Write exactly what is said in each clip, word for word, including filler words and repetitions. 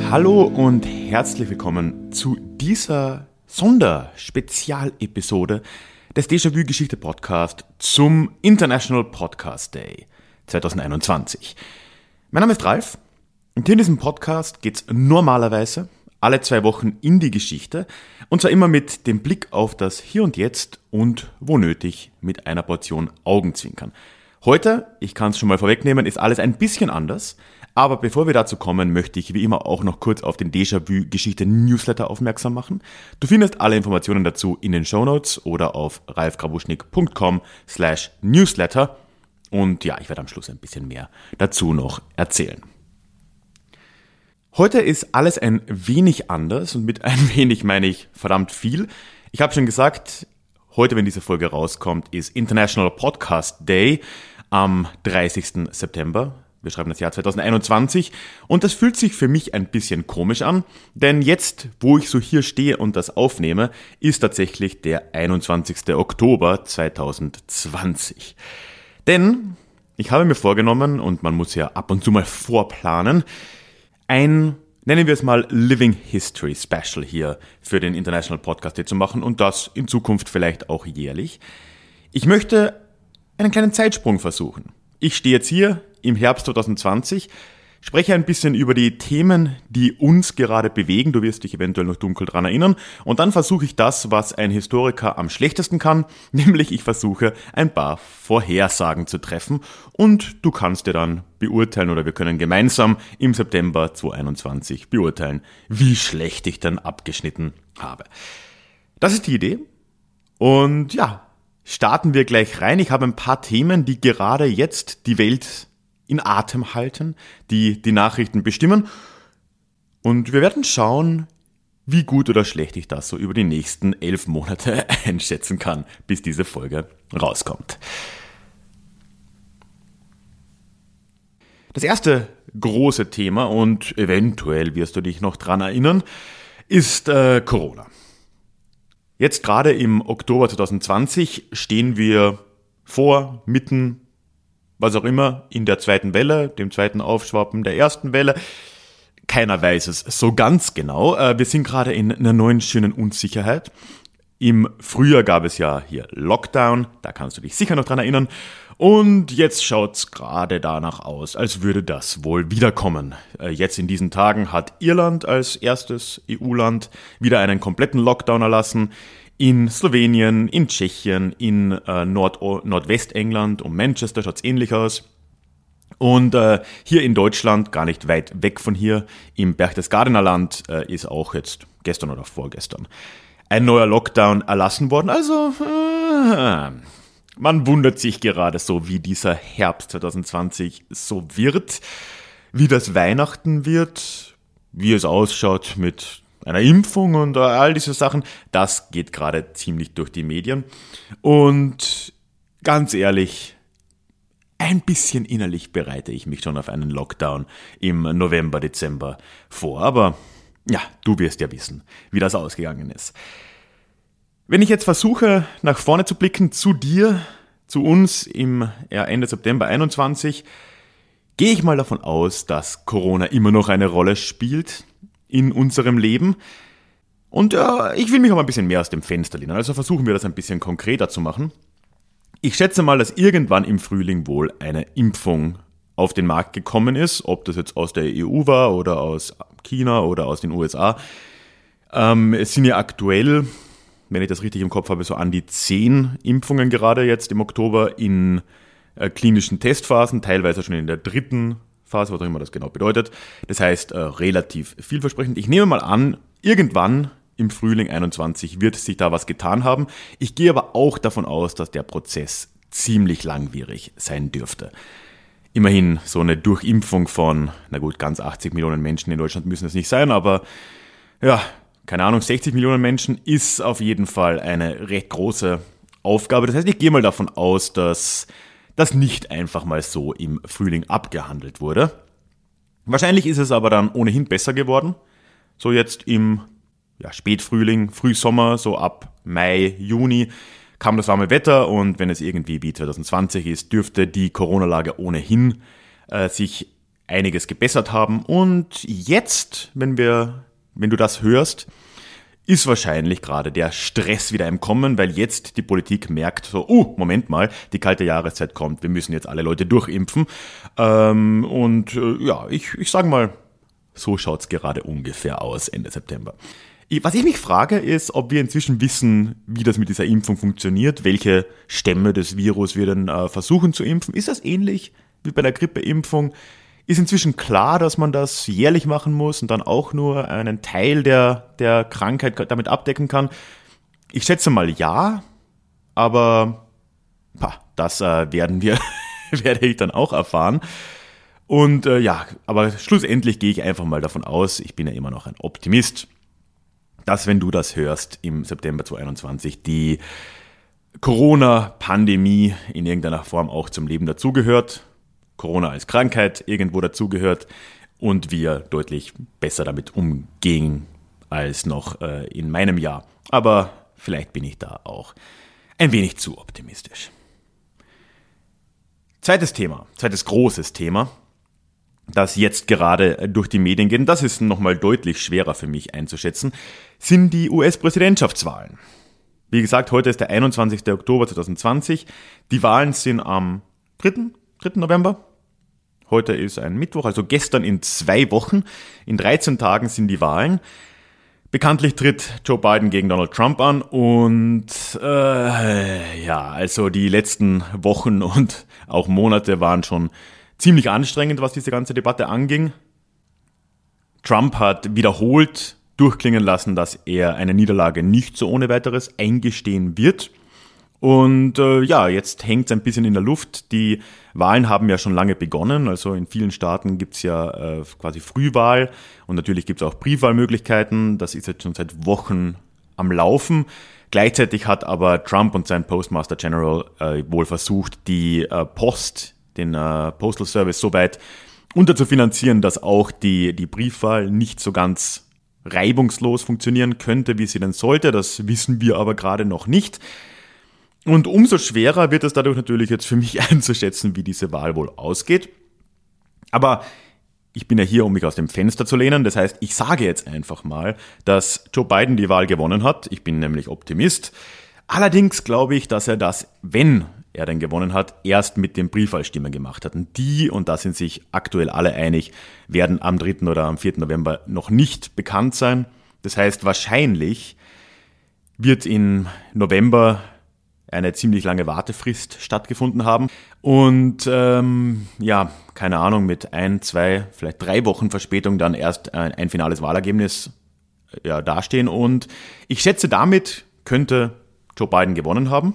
Hallo und herzlich willkommen zu dieser Sonderspezialepisode des Déjà-vu-Geschichte-Podcast zum International Podcast Day zwanzig einundzwanzig. Mein Name ist Ralf und hier in diesem Podcast geht es normalerweise alle zwei Wochen in die Geschichte und zwar immer mit dem Blick auf das Hier und Jetzt und wo nötig mit einer Portion Augenzwinkern. Heute, ich kann es schon mal vorwegnehmen, ist alles ein bisschen anders. Aber bevor wir dazu kommen, möchte ich wie immer auch noch kurz auf den Déjà-vu-Geschichte-Newsletter aufmerksam machen. Du findest alle Informationen dazu in den Shownotes oder auf ralfgrabuschnik punkt com slash newsletter. Und ja, ich werde am Schluss ein bisschen mehr dazu noch erzählen. Heute ist alles ein wenig anders und mit ein wenig meine ich verdammt viel. Ich habe schon gesagt, heute, wenn diese Folge rauskommt, ist International Podcast Day am dreißigsten September. Wir schreiben das Jahr zwanzig einundzwanzig und das fühlt sich für mich ein bisschen komisch an, denn jetzt, wo ich so hier stehe und das aufnehme, ist tatsächlich der einundzwanzigsten Oktober zweitausendzwanzig. Denn ich habe mir vorgenommen, und man muss ja ab und zu mal vorplanen, ein, nennen wir es mal, Living History Special hier für den International Podcast Day zu machen und das in Zukunft vielleicht auch jährlich. Ich möchte einen kleinen Zeitsprung versuchen. Ich stehe jetzt hier im Herbst zwanzig zwanzig, spreche ein bisschen über die Themen, die uns gerade bewegen. Du wirst dich eventuell noch dunkel dran erinnern. Und dann versuche ich das, was ein Historiker am schlechtesten kann, nämlich ich versuche ein paar Vorhersagen zu treffen. Und du kannst dir dann beurteilen oder wir können gemeinsam im September zwanzig einundzwanzig beurteilen, wie schlecht ich dann abgeschnitten habe. Das ist die Idee. Und ja, starten wir gleich rein. Ich habe ein paar Themen, die gerade jetzt die Welt in Atem halten, die die Nachrichten bestimmen. Und wir werden schauen, wie gut oder schlecht ich das so über die nächsten elf Monate einschätzen kann, bis diese Folge rauskommt. Das erste große Thema, und eventuell wirst du dich noch dran erinnern, ist äh, Corona. Jetzt gerade im Oktober zwanzig zwanzig stehen wir vor, mitten, was auch immer, in der zweiten Welle, dem zweiten Aufschwappen der ersten Welle. Keiner weiß es so ganz genau. Wir sind gerade in einer neuen schönen Unsicherheit. Im Frühjahr gab es ja hier Lockdown, da kannst du dich sicher noch dran erinnern. Und jetzt schaut's gerade danach aus, als würde das wohl wiederkommen. Jetzt in diesen Tagen hat Irland als erstes E U-Land wieder einen kompletten Lockdown erlassen. In Slowenien, in Tschechien, in äh, Nord- Nordwestengland und Manchester schaut's ähnlich aus. Und äh, hier in Deutschland, gar nicht weit weg von hier, im Berchtesgadener Land, äh, ist auch jetzt gestern oder vorgestern ein neuer Lockdown erlassen worden. Also äh, man wundert sich gerade so, wie dieser Herbst zwanzig zwanzig so wird, wie das Weihnachten wird, wie es ausschaut mit einer Impfung und all diese Sachen. Das geht gerade ziemlich durch die Medien. Und ganz ehrlich, ein bisschen innerlich bereite ich mich schon auf einen Lockdown im November, Dezember vor. Aber ja, du wirst ja wissen, wie das ausgegangen ist. Wenn ich jetzt versuche, nach vorne zu blicken, zu dir, zu uns im ja, Ende September einundzwanzig, gehe ich mal davon aus, dass Corona immer noch eine Rolle spielt in unserem Leben. Und ja, ich will mich auch ein bisschen mehr aus dem Fenster lehnen, also versuchen wir das ein bisschen konkreter zu machen. Ich schätze mal, dass irgendwann im Frühling wohl eine Impfung auf den Markt gekommen ist, ob das jetzt aus der E U war oder aus China oder aus den U S A. Ähm, es sind ja aktuell, wenn ich das richtig im Kopf habe, so an die zehn Impfungen gerade jetzt im Oktober in äh, klinischen Testphasen, teilweise schon in der dritten Phase, was auch immer das genau bedeutet. Das heißt, äh, relativ vielversprechend. Ich nehme mal an, irgendwann im Frühling einundzwanzig wird sich da was getan haben. Ich gehe aber auch davon aus, dass der Prozess ziemlich langwierig sein dürfte. Immerhin so eine Durchimpfung von, na gut, ganz achtzig Millionen Menschen in Deutschland müssen es nicht sein, aber ja, keine Ahnung, sechzig Millionen Menschen ist auf jeden Fall eine recht große Aufgabe. Das heißt, ich gehe mal davon aus, dass das nicht einfach mal so im Frühling abgehandelt wurde. Wahrscheinlich ist es aber dann ohnehin besser geworden. So jetzt im ja, Spätfrühling, Frühsommer, so ab Mai, Juni kam das warme Wetter und wenn es irgendwie wie zwanzig zwanzig ist, dürfte die Corona-Lage ohnehin äh, sich einiges gebessert haben. Und jetzt, wenn wir, wenn du das hörst, ist wahrscheinlich gerade der Stress wieder im Kommen, weil jetzt die Politik merkt so, oh, Moment mal, die kalte Jahreszeit kommt, wir müssen jetzt alle Leute durchimpfen. Ähm, und äh, ja, ich, ich sage mal, so schaut's gerade ungefähr aus Ende September. Was ich mich frage, ist, ob wir inzwischen wissen, wie das mit dieser Impfung funktioniert, welche Stämme des Virus wir dann äh, versuchen zu impfen. Ist das ähnlich wie bei der Grippeimpfung? Ist inzwischen klar, dass man das jährlich machen muss und dann auch nur einen Teil der, der Krankheit damit abdecken kann? Ich schätze mal ja, aber pah, das äh, werden wir, werde ich dann auch erfahren. Und äh, ja, aber schlussendlich gehe ich einfach mal davon aus, ich bin ja immer noch ein Optimist, dass, wenn du das hörst, im September zwanzig einundzwanzig die Corona-Pandemie in irgendeiner Form auch zum Leben dazugehört, Corona als Krankheit irgendwo dazugehört und wir deutlich besser damit umgehen als noch äh, in meinem Jahr. Aber vielleicht bin ich da auch ein wenig zu optimistisch. Zweites Thema, zweites großes Thema, das jetzt gerade durch die Medien geht, und das ist nochmal deutlich schwerer für mich einzuschätzen, sind die U S-Präsidentschaftswahlen. Wie gesagt, heute ist der einundzwanzigster Oktober zweitausendzwanzig. Die Wahlen sind am dritten November. Heute ist ein Mittwoch, also gestern in zwei Wochen. In dreizehn Tagen sind die Wahlen. Bekanntlich tritt Joe Biden gegen Donald Trump an und äh, ja, also die letzten Wochen und auch Monate waren schon ziemlich anstrengend, was diese ganze Debatte anging. Trump hat wiederholt durchklingen lassen, dass er eine Niederlage nicht so ohne weiteres eingestehen wird. Und äh, ja, jetzt hängt es ein bisschen in der Luft. Die Wahlen haben ja schon lange begonnen. Also in vielen Staaten gibt's ja äh, quasi Frühwahl und natürlich gibt's auch Briefwahlmöglichkeiten. Das ist jetzt schon seit Wochen am Laufen. Gleichzeitig hat aber Trump und sein Postmaster General äh, wohl versucht, die äh, Post, den äh, Postal Service so weit unterzufinanzieren, dass auch die, die Briefwahl nicht so ganz reibungslos funktionieren könnte, wie sie denn sollte. Das wissen wir aber gerade noch nicht. Und umso schwerer wird es dadurch natürlich jetzt für mich einzuschätzen, wie diese Wahl wohl ausgeht. Aber ich bin ja hier, um mich aus dem Fenster zu lehnen. Das heißt, ich sage jetzt einfach mal, dass Joe Biden die Wahl gewonnen hat. Ich bin nämlich Optimist. Allerdings glaube ich, dass er das, wenn er denn gewonnen hat, erst mit den Briefwahlstimmen gemacht hat. Und die, und da sind sich aktuell alle einig, werden am dritten oder am vierten November noch nicht bekannt sein. Das heißt, wahrscheinlich wird im November eine ziemlich lange Wartefrist stattgefunden haben und ähm, ja, keine Ahnung, mit ein, zwei, vielleicht drei Wochen Verspätung dann erst ein, ein finales Wahlergebnis ja, dastehen. Und ich schätze, damit könnte Joe Biden gewonnen haben.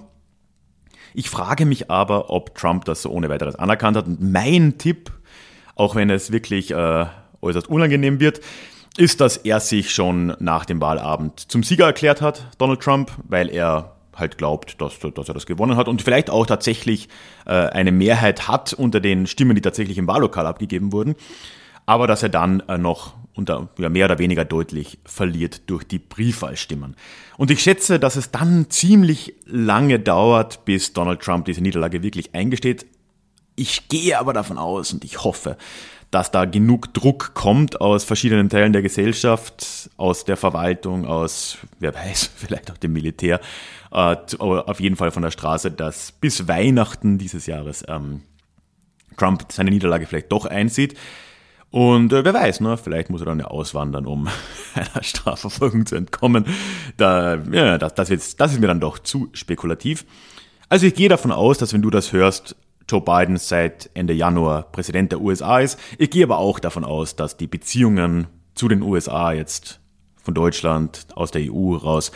Ich frage mich aber, ob Trump das so ohne weiteres anerkannt hat. Und mein Tipp, auch wenn es wirklich äh, äußerst unangenehm wird, ist, dass er sich schon nach dem Wahlabend zum Sieger erklärt hat, Donald Trump, weil er halt glaubt, dass, dass er das gewonnen hat und vielleicht auch tatsächlich äh, eine Mehrheit hat unter den Stimmen, die tatsächlich im Wahllokal abgegeben wurden, aber dass er dann äh, noch unter, ja, mehr oder weniger deutlich verliert durch die Briefwahlstimmen. Und ich schätze, dass es dann ziemlich lange dauert, bis Donald Trump diese Niederlage wirklich eingesteht. Ich gehe aber davon aus und ich hoffe, dass da genug Druck kommt aus verschiedenen Teilen der Gesellschaft, aus der Verwaltung, aus, wer weiß, vielleicht auch dem Militär, äh, auf jeden Fall von der Straße, dass bis Weihnachten dieses Jahres ähm, Trump seine Niederlage vielleicht doch einsieht. Und äh, wer weiß, ne, vielleicht muss er dann ja auswandern, um einer Strafverfolgung zu entkommen. Da, ja, das, das, ist, das ist mir dann doch zu spekulativ. Also ich gehe davon aus, dass wenn du das hörst, Joe Biden seit Ende Januar Präsident der U S A ist. Ich gehe aber auch davon aus, dass die Beziehungen zu den U S A jetzt von Deutschland aus der E U raus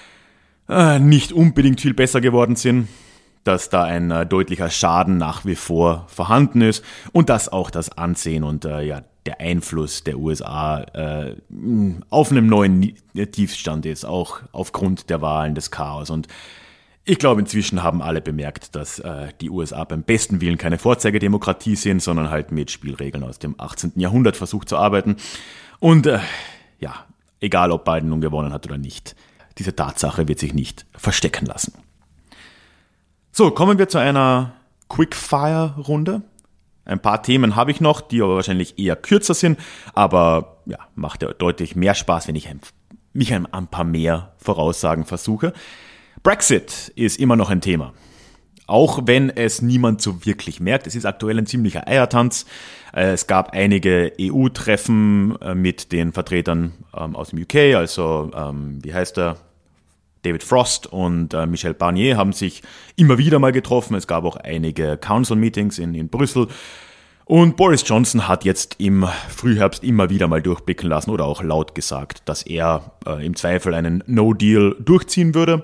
äh, nicht unbedingt viel besser geworden sind, dass da ein äh, deutlicher Schaden nach wie vor vorhanden ist und dass auch das Ansehen und äh, ja der Einfluss der U S A äh, auf einem neuen Tiefstand ist, auch aufgrund der Wahlen, des Chaos. Und ich glaube, inzwischen haben alle bemerkt, dass äh, die U S A beim besten Willen keine Vorzeigedemokratie sind, sondern halt mit Spielregeln aus dem achtzehnten Jahrhundert versucht zu arbeiten. Und äh, ja, egal ob Biden nun gewonnen hat oder nicht, diese Tatsache wird sich nicht verstecken lassen. So, kommen wir zu einer Quickfire-Runde. Ein paar Themen habe ich noch, die aber wahrscheinlich eher kürzer sind, aber ja, macht ja deutlich mehr Spaß, wenn ich mich ein paar mehr Voraussagen versuche. Brexit ist immer noch ein Thema. Auch wenn es niemand so wirklich merkt. Es ist aktuell ein ziemlicher Eiertanz. Es gab einige E U-Treffen mit den Vertretern aus dem U K, also wie heißt er? David Frost und äh, Michel Barnier haben sich immer wieder mal getroffen. Es gab auch einige Council-Meetings in, in Brüssel. Und Boris Johnson hat jetzt im Frühherbst immer wieder mal durchblicken lassen oder auch laut gesagt, dass er äh, im Zweifel einen No-Deal durchziehen würde.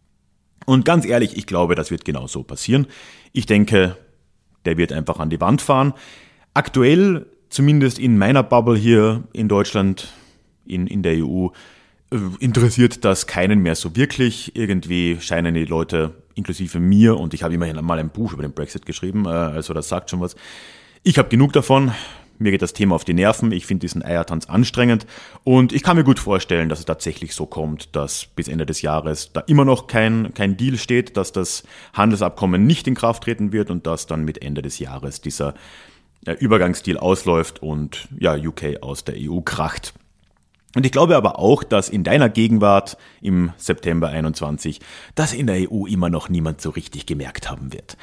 Und ganz ehrlich, ich glaube, das wird genau so passieren. Ich denke, der wird einfach an die Wand fahren. Aktuell, zumindest in meiner Bubble hier in Deutschland, in, in der E U, interessiert das keinen mehr so wirklich. Irgendwie scheinen die Leute, inklusive mir, und ich habe immerhin mal ein Buch über den Brexit geschrieben, also das sagt schon was. Ich habe genug davon. Mir geht das Thema auf die Nerven. Ich finde diesen Eiertanz anstrengend. Und ich kann mir gut vorstellen, dass es tatsächlich so kommt, dass bis Ende des Jahres da immer noch kein, kein Deal steht, dass das Handelsabkommen nicht in Kraft treten wird und dass dann mit Ende des Jahres dieser Übergangsdeal ausläuft und ja, U K aus der E U kracht. Und ich glaube aber auch, dass in deiner Gegenwart im September einundzwanzig das in der E U immer noch niemand so richtig gemerkt haben wird.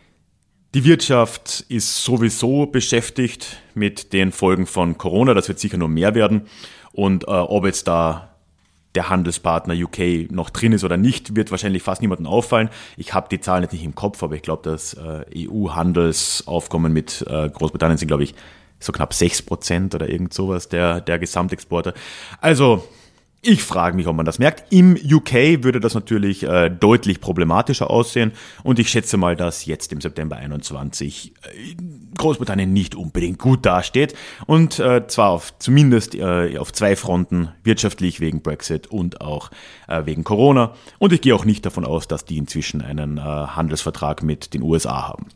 Die Wirtschaft ist sowieso beschäftigt mit den Folgen von Corona, das wird sicher nur mehr werden. Und äh, ob jetzt da der Handelspartner U K noch drin ist oder nicht, wird wahrscheinlich fast niemandem auffallen. Ich habe die Zahlen jetzt nicht im Kopf, aber ich glaube, das äh, E U-Handelsaufkommen mit äh, Großbritannien sind, glaube ich, so knapp sechs Prozent oder irgend sowas der, der Gesamtexporte. Also ich frage mich, ob man das merkt. Im U K würde das natürlich äh, deutlich problematischer aussehen und ich schätze mal, dass jetzt im September einundzwanzig äh, Großbritannien nicht unbedingt gut dasteht und äh, zwar auf, zumindest äh, auf zwei Fronten, wirtschaftlich wegen Brexit und auch äh, wegen Corona. Und ich gehe auch nicht davon aus, dass die inzwischen einen äh, Handelsvertrag mit den U S A haben.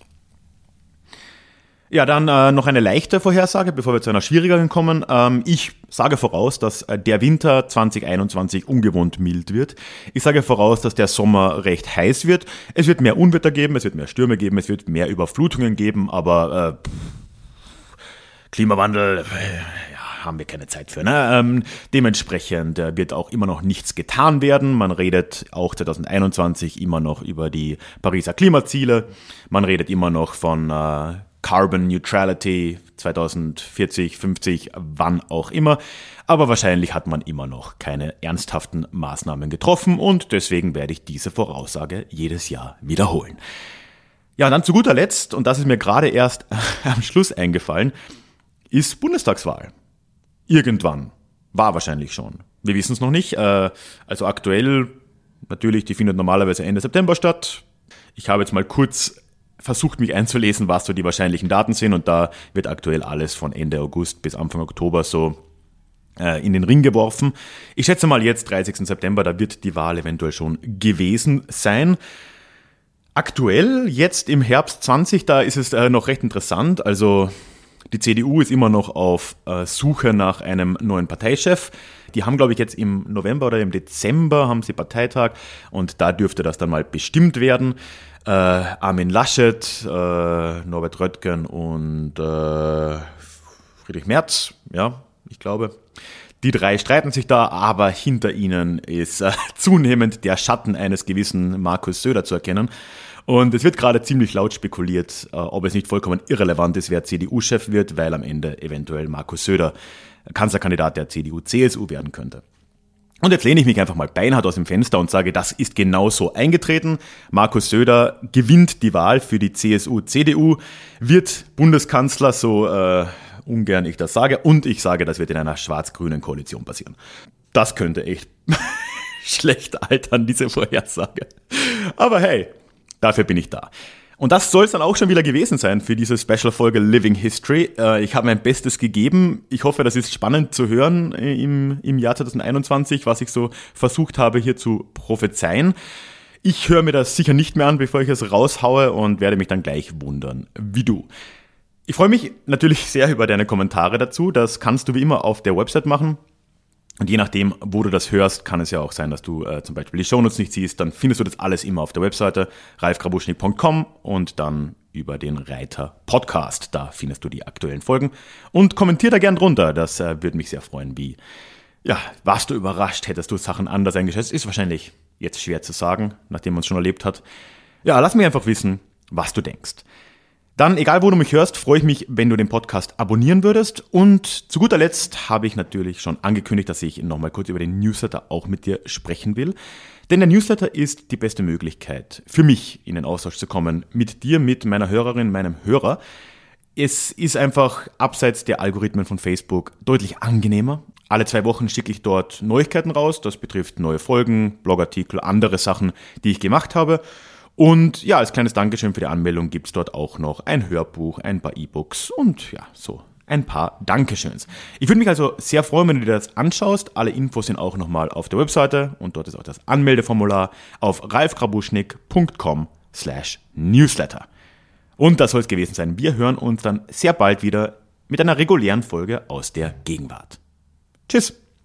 Ja, dann äh, noch eine leichte Vorhersage, bevor wir zu einer schwierigeren kommen. Ähm, ich sage voraus, dass äh, der Winter zwanzig einundzwanzig ungewohnt mild wird. Ich sage voraus, dass der Sommer recht heiß wird. Es wird mehr Unwetter geben, es wird mehr Stürme geben, es wird mehr Überflutungen geben, aber äh, Klimawandel, äh, ja, haben wir keine Zeit für. Ne? Ähm, dementsprechend äh, wird auch immer noch nichts getan werden. Man redet auch zwanzig einundzwanzig immer noch über die Pariser Klimaziele. Man redet immer noch von äh, Carbon Neutrality zwanzig vierzig, fünfzig, wann auch immer. Aber wahrscheinlich hat man immer noch keine ernsthaften Maßnahmen getroffen und deswegen werde ich diese Voraussage jedes Jahr wiederholen. Ja, und dann zu guter Letzt, und das ist mir gerade erst am Schluss eingefallen, ist Bundestagswahl. Irgendwann. War wahrscheinlich schon. Wir wissen es noch nicht. Also aktuell, natürlich, die findet normalerweise Ende September statt. Ich habe jetzt mal kurz versucht, mich einzulesen, was so die wahrscheinlichen Daten sind und da wird aktuell alles von Ende August bis Anfang Oktober so äh, in den Ring geworfen. Ich schätze mal jetzt, dreißigsten September, da wird die Wahl eventuell schon gewesen sein. Aktuell, jetzt im Herbst zwanzig, da ist es äh, noch recht interessant, also die C D U ist immer noch auf äh, Suche nach einem neuen Parteichef. Die haben, glaube ich, jetzt im November oder im Dezember haben sie Parteitag und da dürfte das dann mal bestimmt werden. Äh, Armin Laschet, äh, Norbert Röttgen und äh, Friedrich Merz, ja, ich glaube. Die drei streiten sich da, aber hinter ihnen ist äh, zunehmend der Schatten eines gewissen Markus Söder zu erkennen. Und es wird gerade ziemlich laut spekuliert, äh, ob es nicht vollkommen irrelevant ist, wer C D U-Chef wird, weil am Ende eventuell Markus Söder Kanzlerkandidat der C D U C S U werden könnte. Und jetzt lehne ich mich einfach mal beinhart aus dem Fenster und sage, das ist genau so eingetreten. Markus Söder gewinnt die Wahl für die C S U C D U, wird Bundeskanzler, so äh, ungern ich das sage. Und ich sage, das wird in einer schwarz-grünen Koalition passieren. Das könnte echt schlecht altern, diese Vorhersage. Aber hey, dafür bin ich da. Und das soll es dann auch schon wieder gewesen sein für diese Special-Folge Living History. Ich habe mein Bestes gegeben. Ich hoffe, das ist spannend zu hören im, im Jahr zwanzig einundzwanzig, was ich so versucht habe hier zu prophezeien. Ich höre mir das sicher nicht mehr an, bevor ich es raushaue und werde mich dann gleich wundern, wie du. Ich freue mich natürlich sehr über deine Kommentare dazu. Das kannst du wie immer auf der Website machen. Und je nachdem, wo du das hörst, kann es ja auch sein, dass du äh, zum Beispiel die Shownotes nicht siehst. Dann findest du das alles immer auf der Webseite ralf grabuschnik punkt com und dann über den Reiter Podcast. Da findest du die aktuellen Folgen und kommentier da gern drunter. Das äh, würde mich sehr freuen. Wie, ja, warst du überrascht? Hättest du Sachen anders eingeschätzt? Ist wahrscheinlich jetzt schwer zu sagen, nachdem man es schon erlebt hat. Ja, lass mich einfach wissen, was du denkst. Dann, egal wo du mich hörst, freue ich mich, wenn du den Podcast abonnieren würdest. Und zu guter Letzt habe ich natürlich schon angekündigt, dass ich nochmal kurz über den Newsletter auch mit dir sprechen will. Denn der Newsletter ist die beste Möglichkeit für mich, in den Austausch zu kommen, mit dir, mit meiner Hörerin, meinem Hörer. Es ist einfach abseits der Algorithmen von Facebook deutlich angenehmer. Alle zwei Wochen schicke ich dort Neuigkeiten raus. Das betrifft neue Folgen, Blogartikel, andere Sachen, die ich gemacht habe. Und ja, als kleines Dankeschön für die Anmeldung gibt es dort auch noch ein Hörbuch, ein paar E-Books und ja, so ein paar Dankeschöns. Ich würde mich also sehr freuen, wenn du dir das anschaust. Alle Infos sind auch nochmal auf der Webseite und dort ist auch das Anmeldeformular auf ralfgrabuschnick.com slash newsletter. Und das soll es gewesen sein. Wir hören uns dann sehr bald wieder mit einer regulären Folge aus der Gegenwart. Tschüss!